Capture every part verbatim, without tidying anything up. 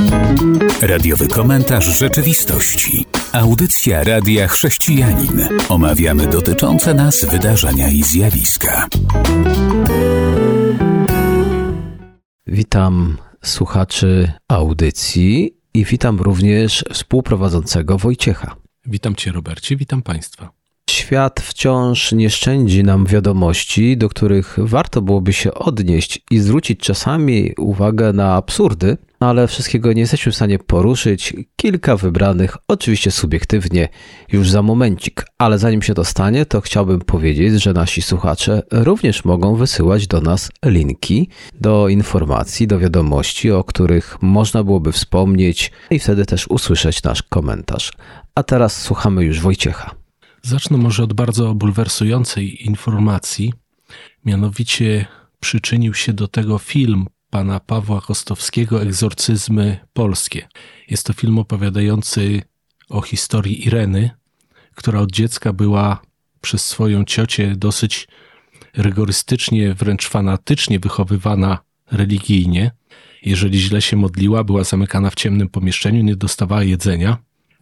Radiowy komentarz rzeczywistości. Audycja Radia Chrześcijanin. Omawiamy dotyczące nas wydarzenia i zjawiska. Witam słuchaczy audycji i witam również współprowadzącego Wojciecha. Witam Cię, Robercie, witam Państwa. Świat wciąż nie szczędzi nam wiadomości, do których warto byłoby się odnieść i zwrócić czasami uwagę na absurdy, ale wszystkiego nie jesteśmy w stanie poruszyć. Kilka wybranych, oczywiście subiektywnie, już za momencik. Ale zanim się to stanie, to chciałbym powiedzieć, że nasi słuchacze również mogą wysyłać do nas linki do informacji, do wiadomości, o których można byłoby wspomnieć i wtedy też usłyszeć nasz komentarz. A teraz słuchamy już Wojciecha. Zacznę może od bardzo bulwersującej informacji. Mianowicie przyczynił się do tego film pana Pawła Kostowskiego „Egzorcyzmy polskie”. Jest to film opowiadający o historii Ireny, która od dziecka była przez swoją ciocię dosyć rygorystycznie, wręcz fanatycznie wychowywana religijnie. Jeżeli źle się modliła, była zamykana w ciemnym pomieszczeniu, nie dostawała jedzenia.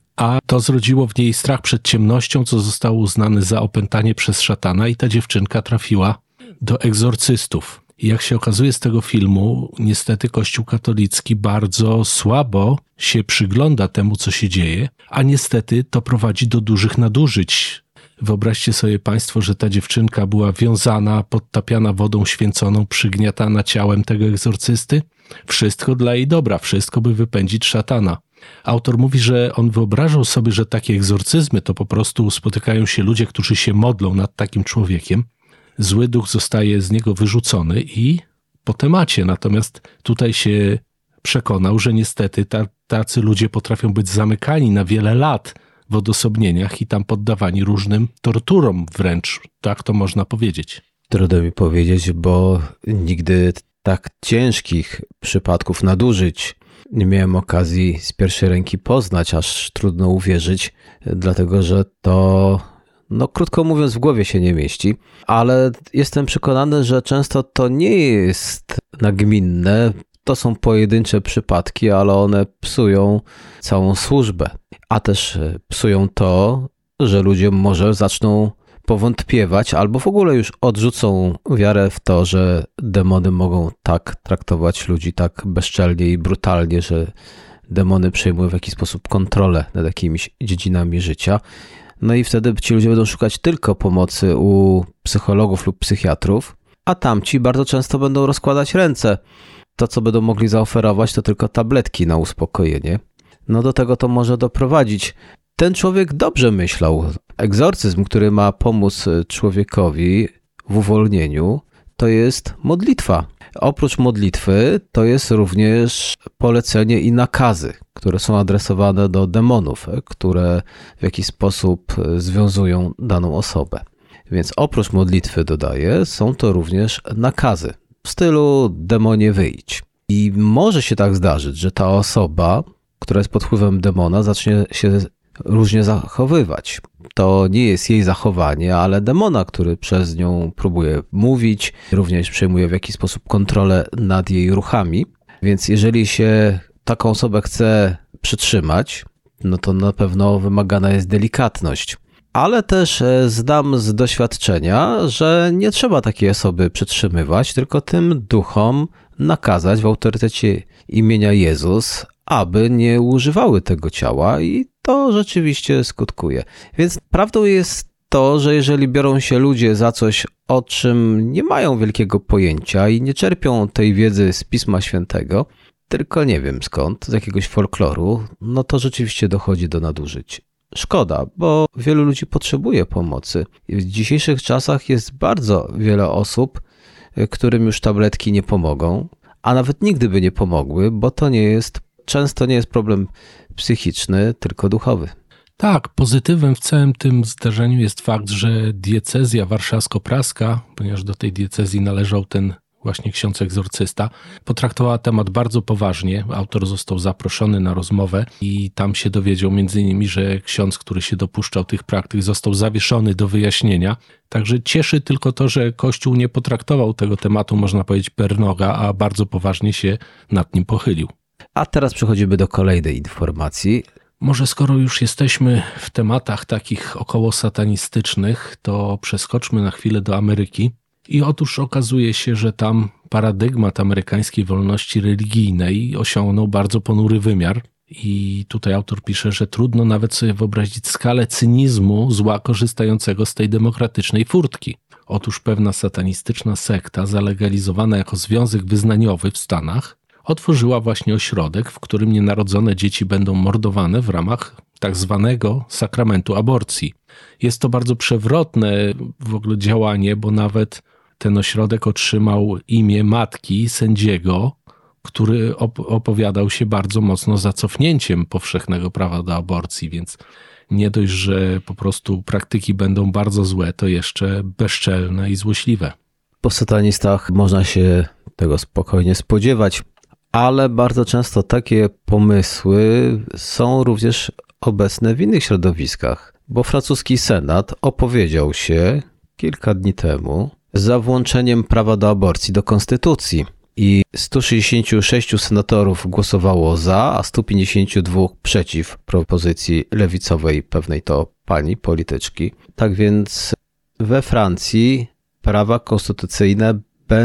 A to zrodziło w niej strach przed ciemnością, co zostało uznane za opętanie przez szatana i ta dziewczynka trafiła do egzorcystów. I jak się okazuje z tego filmu, niestety Kościół katolicki bardzo słabo się przygląda temu, co się dzieje, a niestety to prowadzi do dużych nadużyć. Wyobraźcie sobie Państwo, że ta dziewczynka była wiązana, podtapiana wodą święconą, przygniatana ciałem tego egzorcysty. Wszystko dla jej dobra, wszystko by wypędzić szatana. Autor mówi, że on wyobrażał sobie, że takie egzorcyzmy to po prostu spotykają się ludzie, którzy się modlą nad takim człowiekiem. Zły duch zostaje z niego wyrzucony i po temacie. Natomiast tutaj się przekonał, że niestety ta, tacy ludzie potrafią być zamykani na wiele lat w odosobnieniach i tam poddawani różnym torturom wręcz. Tak to można powiedzieć. Trudno mi powiedzieć, bo nigdy tak ciężkich przypadków nadużyć nie miałem okazji z pierwszej ręki poznać, aż trudno uwierzyć, dlatego że to, no krótko mówiąc, w głowie się nie mieści. Ale jestem przekonany, że często to nie jest nagminne, to są pojedyncze przypadki, ale one psują całą służbę. A też psują to, że ludzie może zaczną powątpiewać albo w ogóle już odrzucą wiarę w to, że demony mogą tak traktować ludzi tak bezczelnie i brutalnie, że demony przejmują w jakiś sposób kontrolę nad jakimiś dziedzinami życia. No i wtedy ci ludzie będą szukać tylko pomocy u psychologów lub psychiatrów, a tamci bardzo często będą rozkładać ręce. To, co będą mogli zaoferować, to tylko tabletki na uspokojenie. No do tego to może doprowadzić. Ten człowiek dobrze myślał. Egzorcyzm, który ma pomóc człowiekowi w uwolnieniu, to jest modlitwa. Oprócz modlitwy to jest również polecenie i nakazy, które są adresowane do demonów, które w jakiś sposób związują daną osobę. Więc oprócz modlitwy, dodaję, są to również nakazy w stylu demonie wyjdź. I może się tak zdarzyć, że ta osoba, która jest pod wpływem demona, zacznie się różnie zachowywać. To nie jest jej zachowanie, ale demona, który przez nią próbuje mówić, również przejmuje w jakiś sposób kontrolę nad jej ruchami. Więc jeżeli się taką osobę chce przytrzymać, no to na pewno wymagana jest delikatność. Ale też znam z doświadczenia, że nie trzeba takiej osoby przytrzymywać, tylko tym duchom nakazać w autorytecie imienia Jezus, aby nie używały tego ciała i to rzeczywiście skutkuje. Więc prawdą jest to, że jeżeli biorą się ludzie za coś, o czym nie mają wielkiego pojęcia i nie czerpią tej wiedzy z Pisma Świętego, tylko nie wiem skąd, z jakiegoś folkloru, no to rzeczywiście dochodzi do nadużyć. Szkoda, bo wielu ludzi potrzebuje pomocy. W dzisiejszych czasach jest bardzo wiele osób, którym już tabletki nie pomogą, a nawet nigdy by nie pomogły, bo to nie jest, często nie jest problem psychiczny, tylko duchowy. Tak, pozytywem w całym tym zdarzeniu jest fakt, że diecezja warszawsko-praska, ponieważ do tej diecezji należał ten właśnie ksiądz egzorcysta, potraktowała temat bardzo poważnie. Autor został zaproszony na rozmowę i tam się dowiedział między innymi, że ksiądz, który się dopuszczał tych praktyk, został zawieszony do wyjaśnienia. Także cieszy tylko to, że Kościół nie potraktował tego tematu, można powiedzieć, per noga, a bardzo poważnie się nad nim pochylił. A teraz przechodzimy do kolejnej informacji. Może skoro już jesteśmy w tematach takich około satanistycznych, to przeskoczmy na chwilę do Ameryki. I otóż okazuje się, że tam paradygmat amerykańskiej wolności religijnej osiągnął bardzo ponury wymiar. I tutaj autor pisze, że trudno nawet sobie wyobrazić skalę cynizmu zła korzystającego z tej demokratycznej furtki. Otóż pewna satanistyczna sekta, zalegalizowana jako związek wyznaniowy w Stanach, otworzyła właśnie ośrodek, w którym nienarodzone dzieci będą mordowane w ramach tak zwanego sakramentu aborcji. Jest to bardzo przewrotne w ogóle działanie, bo nawet ten ośrodek otrzymał imię matki sędziego, który op- opowiadał się bardzo mocno za cofnięciem powszechnego prawa do aborcji, więc nie dość, że po prostu praktyki będą bardzo złe, to jeszcze bezczelne i złośliwe. Po satanistach można się tego spokojnie spodziewać, ale bardzo często takie pomysły są również obecne w innych środowiskach, bo francuski senat opowiedział się kilka dni temu za włączeniem prawa do aborcji do konstytucji. I sto sześćdziesiąt sześć senatorów głosowało za, a sto pięćdziesiąt dwa przeciw propozycji lewicowej pewnej to pani polityczki. Tak więc we Francji prawa konstytucyjne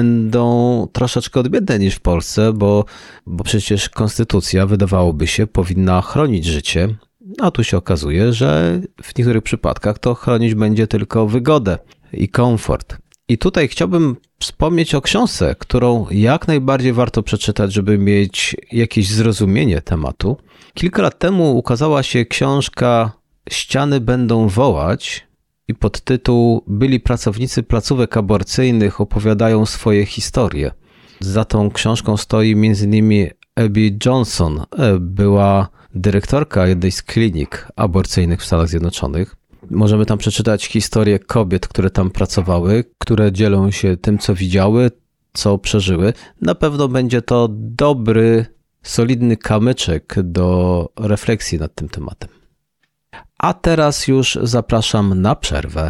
będą troszeczkę odmienne niż w Polsce, bo, bo przecież konstytucja, wydawałoby się, powinna chronić życie, a tu się okazuje, że w niektórych przypadkach to chronić będzie tylko wygodę i komfort. I tutaj chciałbym wspomnieć o książce, którą jak najbardziej warto przeczytać, żeby mieć jakieś zrozumienie tematu. Kilka lat temu ukazała się książka Ściany będą wołać i podtytuł Byli pracownicy placówek aborcyjnych opowiadają swoje historie. Za tą książką stoi m.in. Abby Johnson, była dyrektorka jednej z klinik aborcyjnych w Stanach Zjednoczonych. Możemy tam przeczytać historię kobiet, które tam pracowały, które dzielą się tym, co widziały, co przeżyły. Na pewno będzie to dobry, solidny kamyczek do refleksji nad tym tematem. A teraz już zapraszam na przerwę.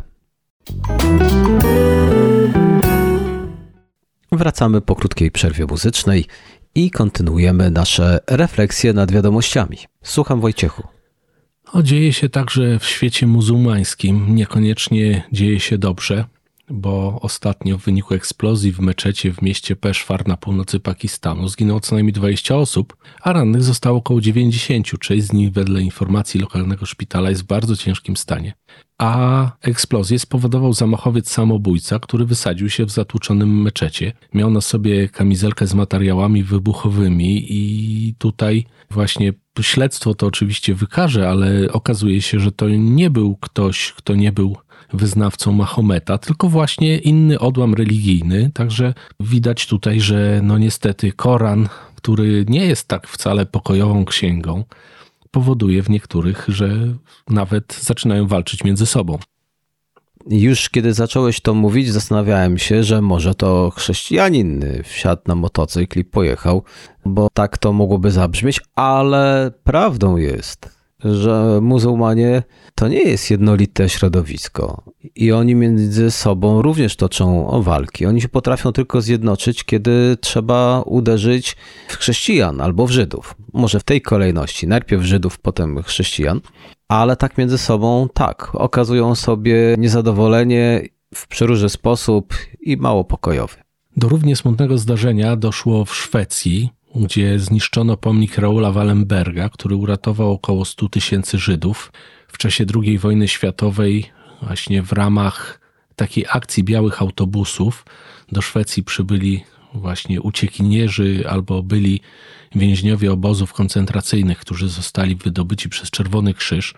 Wracamy po krótkiej przerwie muzycznej i kontynuujemy nasze refleksje nad wiadomościami. Słucham, Wojciechu. O, dzieje się także w świecie muzułmańskim. Niekoniecznie dzieje się dobrze, bo ostatnio w wyniku eksplozji w meczecie w mieście Peszwar na północy Pakistanu zginęło co najmniej dwadzieścia osób, a rannych zostało około dziewięćdziesiąt. Część z nich wedle informacji lokalnego szpitala jest w bardzo ciężkim stanie. A eksplozję spowodował zamachowiec samobójca, który wysadził się w zatłuczonym meczecie. Miał na sobie kamizelkę z materiałami wybuchowymi i tutaj właśnie śledztwo to oczywiście wykaże, ale okazuje się, że to nie był ktoś, kto nie był wyznawcą Mahometa, tylko właśnie inny odłam religijny. Także widać tutaj, że no niestety Koran, który nie jest tak wcale pokojową księgą, powoduje w niektórych, że nawet zaczynają walczyć między sobą. Już kiedy zacząłeś to mówić, zastanawiałem się, że może to chrześcijanin wsiadł na motocykl i pojechał, bo tak to mogłoby zabrzmieć, ale prawdą jest, że muzułmanie to nie jest jednolite środowisko i oni między sobą również toczą walki. Oni się potrafią tylko zjednoczyć, kiedy trzeba uderzyć w chrześcijan albo w Żydów. Może w tej kolejności, najpierw Żydów, potem chrześcijan, ale tak między sobą tak, okazują sobie niezadowolenie w przeróżny sposób i mało pokojowy. Do równie smutnego zdarzenia doszło w Szwecji, gdzie zniszczono pomnik Raoula Wallenberga, który uratował około stu tysięcy Żydów w czasie drugiej wojny światowej. Właśnie w ramach takiej akcji białych autobusów do Szwecji przybyli właśnie uciekinierzy albo byli więźniowie obozów koncentracyjnych, którzy zostali wydobyci przez Czerwony Krzyż.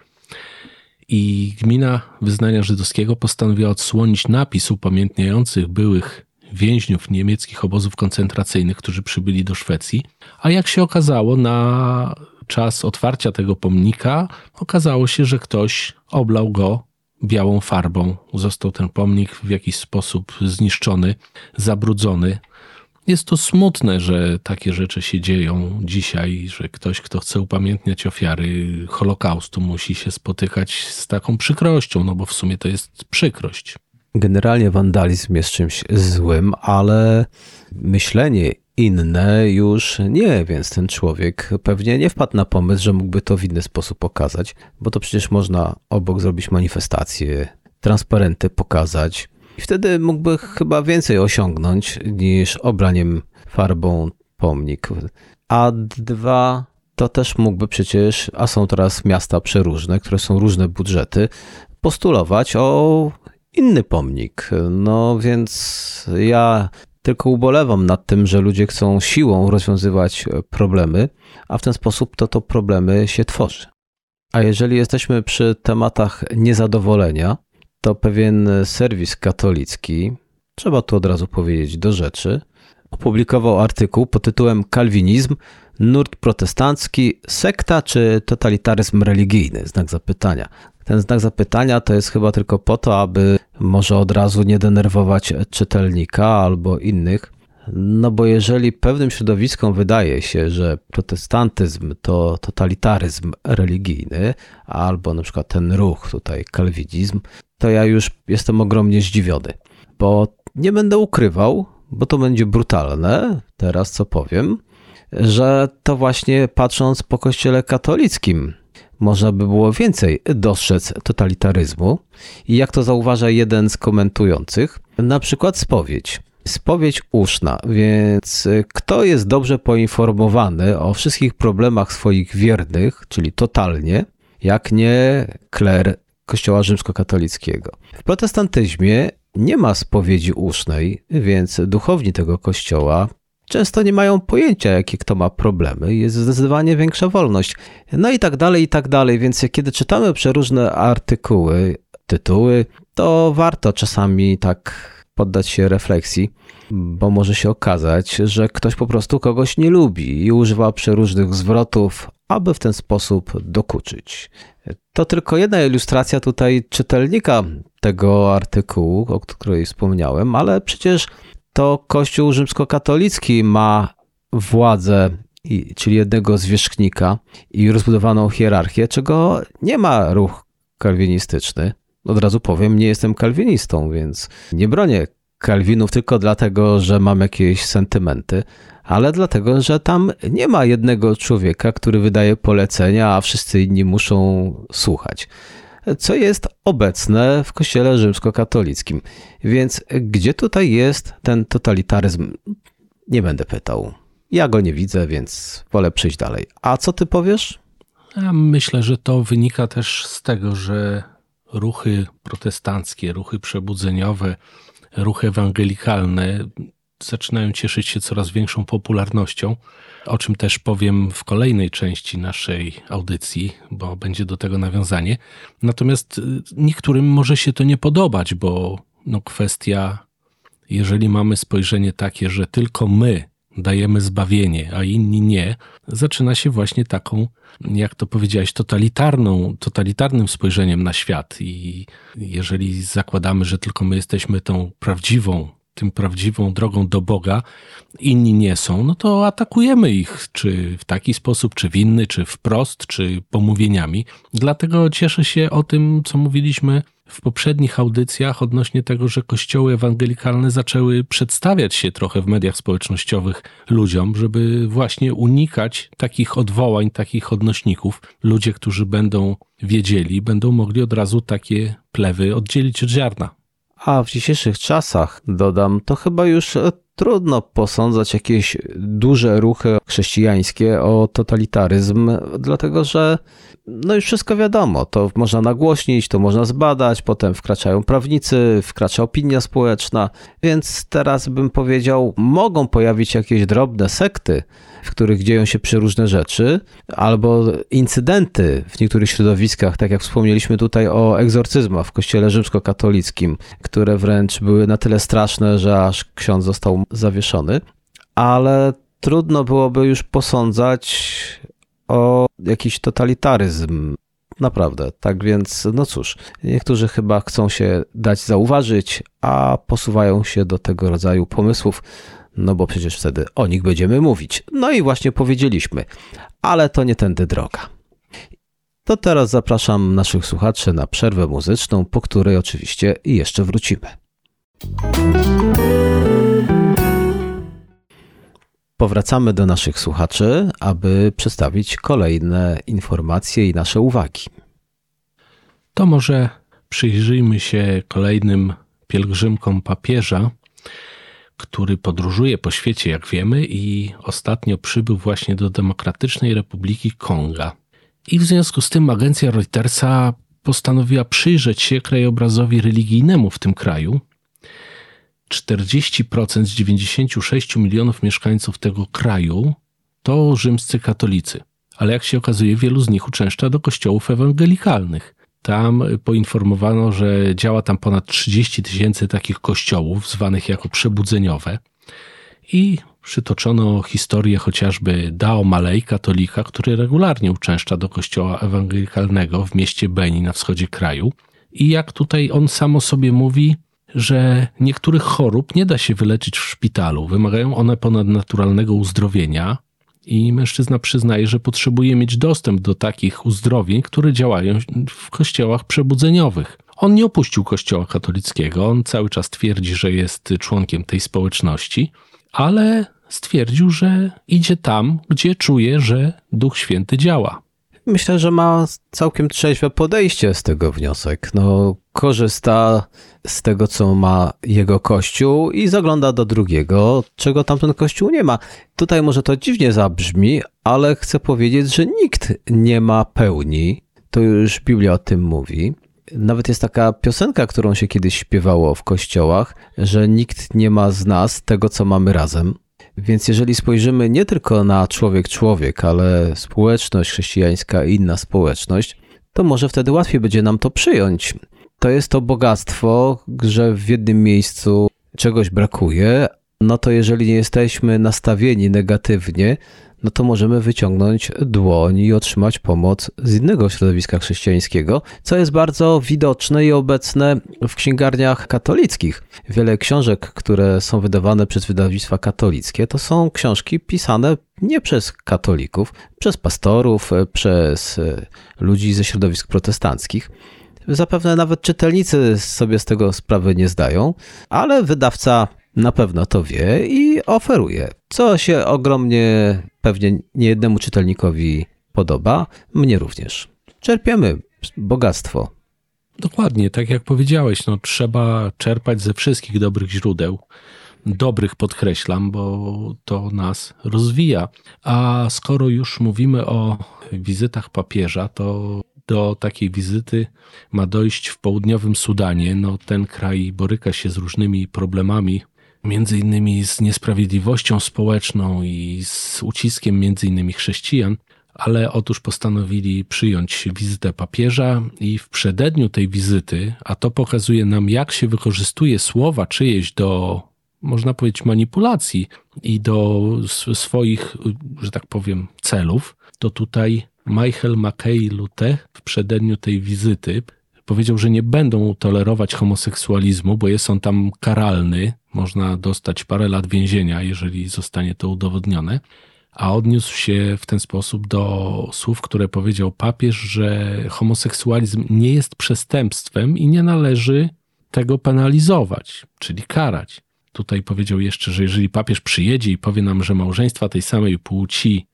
I gmina wyznania żydowskiego postanowiła odsłonić napis upamiętniający byłych więźniów niemieckich obozów koncentracyjnych, którzy przybyli do Szwecji. A jak się okazało, na czas otwarcia tego pomnika okazało się, że ktoś oblał go białą farbą. Został ten pomnik w jakiś sposób zniszczony, zabrudzony. Jest to smutne, że takie rzeczy się dzieją dzisiaj, że ktoś, kto chce upamiętniać ofiary Holokaustu, musi się spotykać z taką przykrością, no bo w sumie to jest przykrość. Generalnie wandalizm jest czymś złym, ale myślenie inne już nie, więc ten człowiek pewnie nie wpadł na pomysł, że mógłby to w inny sposób pokazać, bo to przecież można obok zrobić manifestacje, transparenty pokazać i wtedy mógłby chyba więcej osiągnąć niż obraniem farbą pomnik. A dwa, to też mógłby przecież, a są teraz miasta przeróżne, które są różne budżety, postulować o inny pomnik. No więc ja tylko ubolewam nad tym, że ludzie chcą siłą rozwiązywać problemy, a w ten sposób to to problemy się tworzy. A jeżeli jesteśmy przy tematach niezadowolenia, to pewien serwis katolicki, trzeba tu od razu powiedzieć do rzeczy, opublikował artykuł pod tytułem Kalwinizm, nurt protestancki, sekta czy totalitaryzm religijny? Znak zapytania. Ten znak zapytania to jest chyba tylko po to, aby może od razu nie denerwować czytelnika albo innych. No bo jeżeli pewnym środowiskom wydaje się, że protestantyzm to totalitaryzm religijny, albo na przykład ten ruch tutaj kalwinizm, to ja już jestem ogromnie zdziwiony. Bo nie będę ukrywał, bo to będzie brutalne, teraz co powiem, że to właśnie patrząc po kościele katolickim można by było więcej dostrzec totalitaryzmu. I jak to zauważa jeden z komentujących, na przykład spowiedź. Spowiedź uszna, więc kto jest dobrze poinformowany o wszystkich problemach swoich wiernych, czyli totalnie, jak nie kler Kościoła rzymskokatolickiego. W protestantyzmie nie ma spowiedzi usznej, więc duchowni tego kościoła często nie mają pojęcia, jakie kto ma problemy. Jest zdecydowanie większa wolność. No i tak dalej, i tak dalej. Więc kiedy czytamy przeróżne artykuły, tytuły, to warto czasami tak poddać się refleksji, bo może się okazać, że ktoś po prostu kogoś nie lubi i używa przeróżnych zwrotów, aby w ten sposób dokuczyć. To tylko jedna ilustracja tutaj czytelnika tego artykułu, o której wspomniałem, ale przecież to Kościół rzymskokatolicki ma władzę, czyli jednego zwierzchnika i rozbudowaną hierarchię, czego nie ma ruch kalwinistyczny. Od razu powiem, nie jestem kalwinistą, więc nie bronię Kalwinów tylko dlatego, że mam jakieś sentymenty, ale dlatego, że tam nie ma jednego człowieka, który wydaje polecenia, a wszyscy inni muszą słuchać. Co jest obecne w Kościele rzymskokatolickim. Więc gdzie tutaj jest ten totalitaryzm? Nie będę pytał. Ja go nie widzę, więc wolę przejść dalej. A co ty powiesz? Ja myślę, że to wynika też z tego, że ruchy protestanckie, ruchy przebudzeniowe, ruchy ewangelikalne zaczynają cieszyć się coraz większą popularnością, o czym też powiem w kolejnej części naszej audycji, bo będzie do tego nawiązanie. Natomiast niektórym może się to nie podobać, bo no kwestia, jeżeli mamy spojrzenie takie, że tylko my dajemy zbawienie, a inni nie, zaczyna się właśnie taką, jak to powiedziałeś, totalitarną, totalitarnym spojrzeniem na świat. I jeżeli zakładamy, że tylko my jesteśmy tą prawdziwą, tym prawdziwą drogą do Boga, inni nie są, no to atakujemy ich, czy w taki sposób, czy w inny, czy wprost, czy pomówieniami. Dlatego cieszę się o tym, co mówiliśmy w poprzednich audycjach odnośnie tego, że kościoły ewangelikalne zaczęły przedstawiać się trochę w mediach społecznościowych ludziom, żeby właśnie unikać takich odwołań, takich odnośników. Ludzie, którzy będą wiedzieli, będą mogli od razu takie plewy oddzielić od ziarna. A w dzisiejszych czasach, dodam, to chyba już trudno posądzać jakieś duże ruchy chrześcijańskie o totalitaryzm, dlatego że no już wszystko wiadomo, to można nagłośnić, to można zbadać, potem wkraczają prawnicy, wkracza opinia społeczna, więc teraz bym powiedział, mogą pojawić jakieś drobne sekty, w których dzieją się przeróżne rzeczy, albo incydenty w niektórych środowiskach, tak jak wspomnieliśmy tutaj o egzorcyzmach w kościele rzymskokatolickim, które wręcz były na tyle straszne, że aż ksiądz został zawieszony, ale trudno byłoby już posądzać o jakiś totalitaryzm. Naprawdę. Tak więc, no cóż, niektórzy chyba chcą się dać zauważyć, a posuwają się do tego rodzaju pomysłów, no bo przecież wtedy o nich będziemy mówić. No i właśnie powiedzieliśmy, ale to nie tędy droga. To teraz zapraszam naszych słuchaczy na przerwę muzyczną, po której oczywiście jeszcze wrócimy. powracamy do naszych słuchaczy, aby przedstawić kolejne informacje i nasze uwagi. To może przyjrzyjmy się kolejnym pielgrzymkom papieża, który podróżuje po świecie, jak wiemy, i ostatnio przybył właśnie do Demokratycznej Republiki Konga. I w związku z tym agencja Reutersa postanowiła przyjrzeć się krajobrazowi religijnemu w tym kraju. czterdzieści procent z dziewięćdziesięciu sześciu milionów mieszkańców tego kraju to rzymscy katolicy, ale jak się okazuje, wielu z nich uczęszcza do kościołów ewangelikalnych. Tam poinformowano, że działa tam ponad trzydzieści tysięcy takich kościołów, zwanych jako przebudzeniowe. I przytoczono historię chociażby Dao Malej, katolika, który regularnie uczęszcza do kościoła ewangelikalnego w mieście Beni na wschodzie kraju. I jak tutaj on sam o sobie mówi, że niektórych chorób nie da się wyleczyć w szpitalu. Wymagają one ponadnaturalnego uzdrowienia. I mężczyzna przyznaje, że potrzebuje mieć dostęp do takich uzdrowień, które działają w kościołach przebudzeniowych. On nie opuścił kościoła katolickiego, on cały czas twierdzi, że jest członkiem tej społeczności, ale stwierdził, że idzie tam, gdzie czuje, że Duch Święty działa. Myślę, że ma całkiem trzeźwe podejście z tego wniosek. No, korzysta z tego, co ma jego kościół i zagląda do drugiego, czego tamten kościół nie ma. Tutaj może to dziwnie zabrzmi, ale chcę powiedzieć, że nikt nie ma pełni. To już Biblia o tym mówi. Nawet jest taka piosenka, którą się kiedyś śpiewało w kościołach, że nikt nie ma z nas tego, co mamy razem. Więc jeżeli spojrzymy nie tylko na człowiek-człowiek, ale społeczność chrześcijańska i inna społeczność, to może wtedy łatwiej będzie nam to przyjąć. To jest to bogactwo, że w jednym miejscu czegoś brakuje, no to jeżeli nie jesteśmy nastawieni negatywnie, no to możemy wyciągnąć dłoń i otrzymać pomoc z innego środowiska chrześcijańskiego, co jest bardzo widoczne i obecne w księgarniach katolickich. Wiele książek, które są wydawane przez wydawnictwa katolickie, to są książki pisane nie przez katolików, przez pastorów, przez ludzi ze środowisk protestanckich. Zapewne nawet czytelnicy sobie z tego sprawy nie zdają, ale wydawca na pewno to wie i oferuje, co się ogromnie pewnie niejednemu czytelnikowi podoba, mnie również. Czerpiemy bogactwo. Dokładnie, tak jak powiedziałeś, no, trzeba czerpać ze wszystkich dobrych źródeł. Dobrych podkreślam, bo to nas rozwija. A skoro już mówimy o wizytach papieża, to do takiej wizyty ma dojść w południowym Sudanie. No, ten kraj boryka się z różnymi problemami, między innymi z niesprawiedliwością społeczną i z uciskiem między innymi chrześcijan, ale otóż postanowili przyjąć wizytę papieża i w przededniu tej wizyty, a to pokazuje nam, jak się wykorzystuje słowa czyjeś do, można powiedzieć, manipulacji i do swoich, że tak powiem, celów, to tutaj Michael Mackay Lute w przededniu tej wizyty powiedział, że nie będą tolerować homoseksualizmu, bo jest on tam karalny. Można dostać parę lat więzienia, jeżeli zostanie to udowodnione. A odniósł się w ten sposób do słów, które powiedział papież, że homoseksualizm nie jest przestępstwem i nie należy tego penalizować, czyli karać. Tutaj powiedział jeszcze, że jeżeli papież przyjedzie i powie nam, że małżeństwa tej samej płci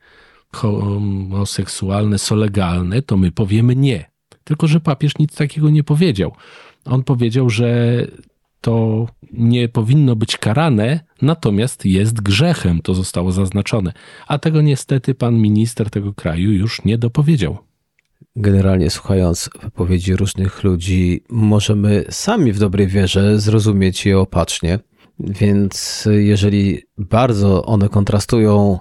homoseksualne są legalne, to my powiemy nie. Tylko że papież nic takiego nie powiedział. On powiedział, że to nie powinno być karane, natomiast jest grzechem, to zostało zaznaczone. A tego niestety pan minister tego kraju już nie dopowiedział. Generalnie słuchając wypowiedzi różnych ludzi, możemy sami w dobrej wierze zrozumieć je opacznie, więc jeżeli bardzo one kontrastują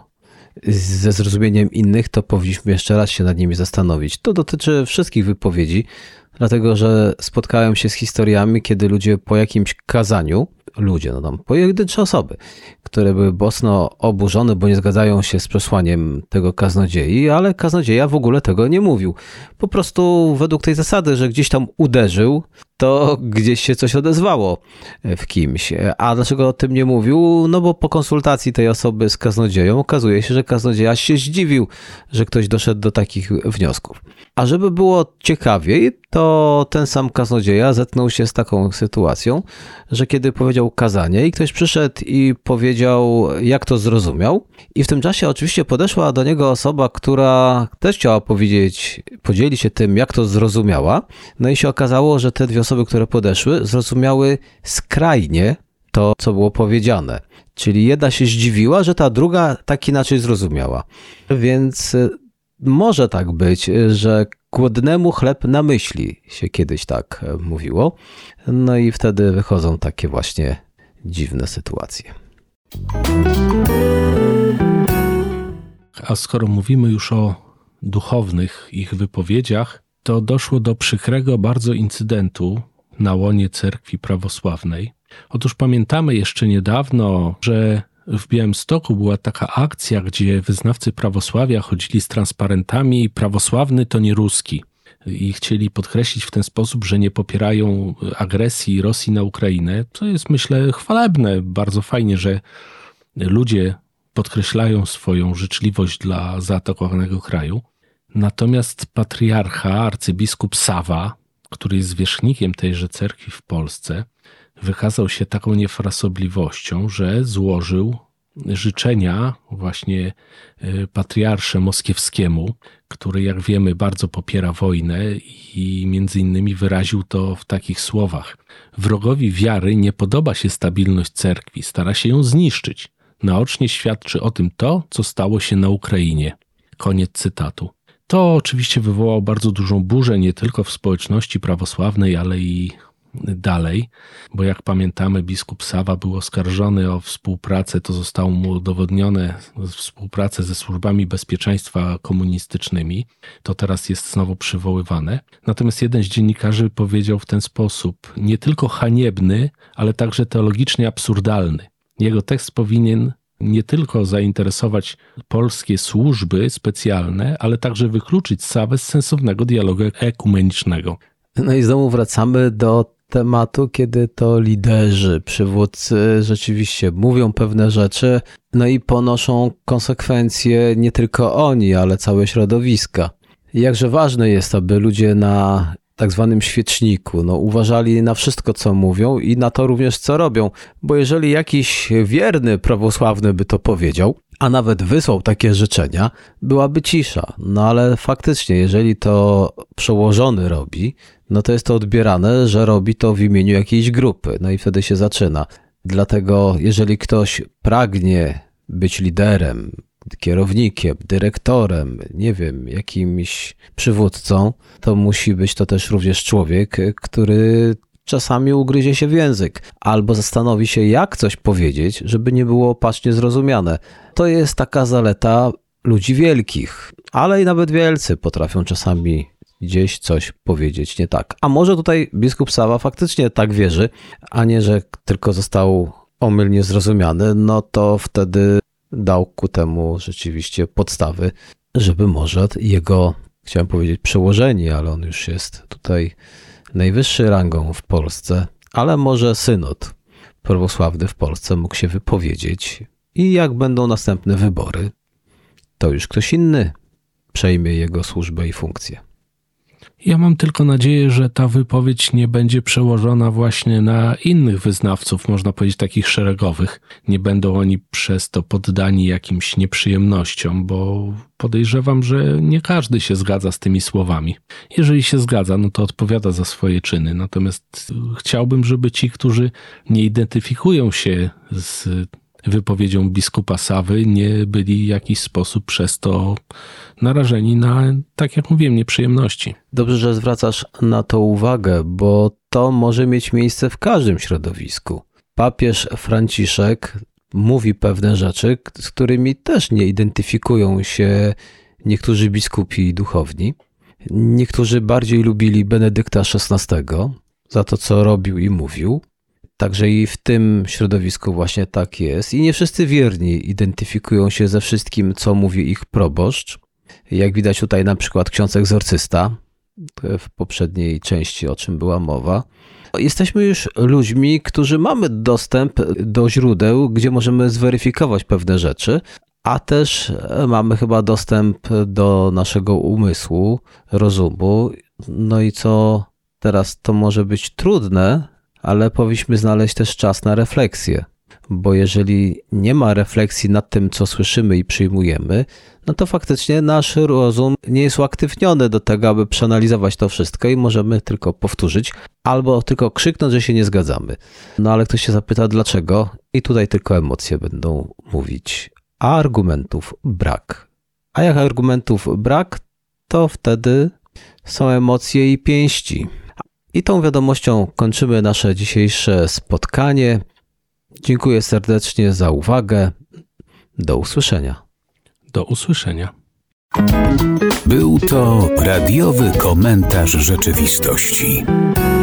ze zrozumieniem innych, to powinniśmy jeszcze raz się nad nimi zastanowić. To dotyczy wszystkich wypowiedzi, dlatego że spotkałem się z historiami, kiedy ludzie po jakimś kazaniu, ludzie, no tam pojedyncze osoby, które były mocno oburzone, bo nie zgadzają się z przesłaniem tego kaznodziei, ale kaznodzieja w ogóle tego nie mówił. Po prostu według tej zasady, że gdzieś tam uderzył, to gdzieś się coś odezwało w kimś. A dlaczego o tym nie mówił? No bo po konsultacji tej osoby z kaznodzieją okazuje się, że kaznodzieja się zdziwił, że ktoś doszedł do takich wniosków. A żeby było ciekawiej, to ten sam kaznodzieja zetknął się z taką sytuacją, że kiedy powiedział kazanie i ktoś przyszedł i powiedział, jak to zrozumiał, i w tym czasie oczywiście podeszła do niego osoba, która też chciała powiedzieć, podzielić się tym, jak to zrozumiała. No i się okazało, że te dwie osoby, które podeszły, zrozumiały skrajnie to, co było powiedziane. Czyli jedna się zdziwiła, że ta druga tak inaczej zrozumiała. Więc może tak być, że głodnemu chleb na myśli się kiedyś tak mówiło. No i wtedy wychodzą takie właśnie dziwne sytuacje. A skoro mówimy już o duchownych ich wypowiedziach, to doszło do przykrego bardzo incydentu na łonie cerkwi prawosławnej. Otóż pamiętamy jeszcze niedawno, że w Białymstoku była taka akcja, gdzie wyznawcy prawosławia chodzili z transparentami prawosławny to nie ruski i chcieli podkreślić w ten sposób, że nie popierają agresji Rosji na Ukrainę, co jest, myślę, chwalebne. Bardzo fajnie, że ludzie podkreślają swoją życzliwość dla zaatakowanego kraju. Natomiast patriarcha, arcybiskup Sawa, który jest zwierzchnikiem tejże cerkwi w Polsce, wykazał się taką niefrasobliwością, że złożył życzenia właśnie patriarsze moskiewskiemu, który, jak wiemy, bardzo popiera wojnę i między innymi wyraził to w takich słowach: wrogowi wiary nie podoba się stabilność cerkwi, stara się ją zniszczyć. Naocznie świadczy o tym to, co stało się na Ukrainie. Koniec cytatu. To oczywiście wywołało bardzo dużą burzę nie tylko w społeczności prawosławnej, ale i dalej, bo jak pamiętamy, biskup Sawa był oskarżony o współpracę, to zostało mu udowodnione, współpracę ze służbami bezpieczeństwa komunistycznymi. To teraz jest znowu przywoływane. Natomiast jeden z dziennikarzy powiedział w ten sposób: nie tylko haniebny, ale także teologicznie absurdalny. Jego tekst powinien nie tylko zainteresować polskie służby specjalne, ale także wykluczyć Sawę z sensownego dialogu ekumenicznego. No i znowu wracamy do tematu, kiedy to liderzy, przywódcy rzeczywiście mówią pewne rzeczy, no i ponoszą konsekwencje nie tylko oni, ale całe środowiska. Jakże ważne jest, aby ludzie na tak zwanym świeczniku no, uważali na wszystko, co mówią i na to również, co robią. Bo jeżeli jakiś wierny prawosławny by to powiedział, a nawet wysłał takie życzenia, byłaby cisza. No ale faktycznie, jeżeli to przełożony robi, no to jest to odbierane, że robi to w imieniu jakiejś grupy. No i wtedy się zaczyna. Dlatego jeżeli ktoś pragnie być liderem, kierownikiem, dyrektorem, nie wiem, jakimś przywódcą, to musi być to też również człowiek, który czasami ugryzie się w język albo zastanowi się, jak coś powiedzieć, żeby nie było opacznie zrozumiane. To jest taka zaleta ludzi wielkich, ale i nawet wielcy potrafią czasami gdzieś coś powiedzieć nie tak. A może tutaj biskup Sawa faktycznie tak wierzy, a nie, że tylko został omylnie zrozumiany, no to wtedy dał ku temu rzeczywiście podstawy, żeby może jego, chciałem powiedzieć przełożeni, ale on już jest tutaj najwyższy rangą w Polsce, ale może synod prawosławny w Polsce mógł się wypowiedzieć i jak będą następne wybory, to już ktoś inny przejmie jego służbę i funkcję. Ja mam tylko nadzieję, że ta wypowiedź nie będzie przełożona właśnie na innych wyznawców, można powiedzieć takich szeregowych. Nie będą oni przez to poddani jakimś nieprzyjemnościom, bo podejrzewam, że nie każdy się zgadza z tymi słowami. Jeżeli się zgadza, no to odpowiada za swoje czyny. Natomiast chciałbym, żeby ci, którzy nie identyfikują się z wypowiedzią biskupa Sawy, nie byli w jakiś sposób przez to narażeni na, tak jak mówiłem, nieprzyjemności. Dobrze, że zwracasz na to uwagę, bo to może mieć miejsce w każdym środowisku. Papież Franciszek mówi pewne rzeczy, z którymi też nie identyfikują się niektórzy biskupi i duchowni. Niektórzy bardziej lubili Benedykta szesnastego za to, co robił i mówił. Także i w tym środowisku właśnie tak jest. I nie wszyscy wierni identyfikują się ze wszystkim, co mówi ich proboszcz. Jak widać tutaj na przykład ksiądz egzorcysta, w poprzedniej części, o czym była mowa. Jesteśmy już ludźmi, którzy mamy dostęp do źródeł, gdzie możemy zweryfikować pewne rzeczy, a też mamy chyba dostęp do naszego umysłu, rozumu. No i co teraz, to może być trudne, ale powinniśmy znaleźć też czas na refleksję. Bo jeżeli nie ma refleksji nad tym, co słyszymy i przyjmujemy, no to faktycznie nasz rozum nie jest uaktywniony do tego, aby przeanalizować to wszystko i możemy tylko powtórzyć albo tylko krzyknąć, że się nie zgadzamy. No ale ktoś się zapyta dlaczego i tutaj tylko emocje będą mówić, a argumentów brak. A jak argumentów brak, to wtedy są emocje i pięści. I tą wiadomością kończymy nasze dzisiejsze spotkanie. Dziękuję serdecznie za uwagę. Do usłyszenia. Do usłyszenia. Był to radiowy komentarz rzeczywistości.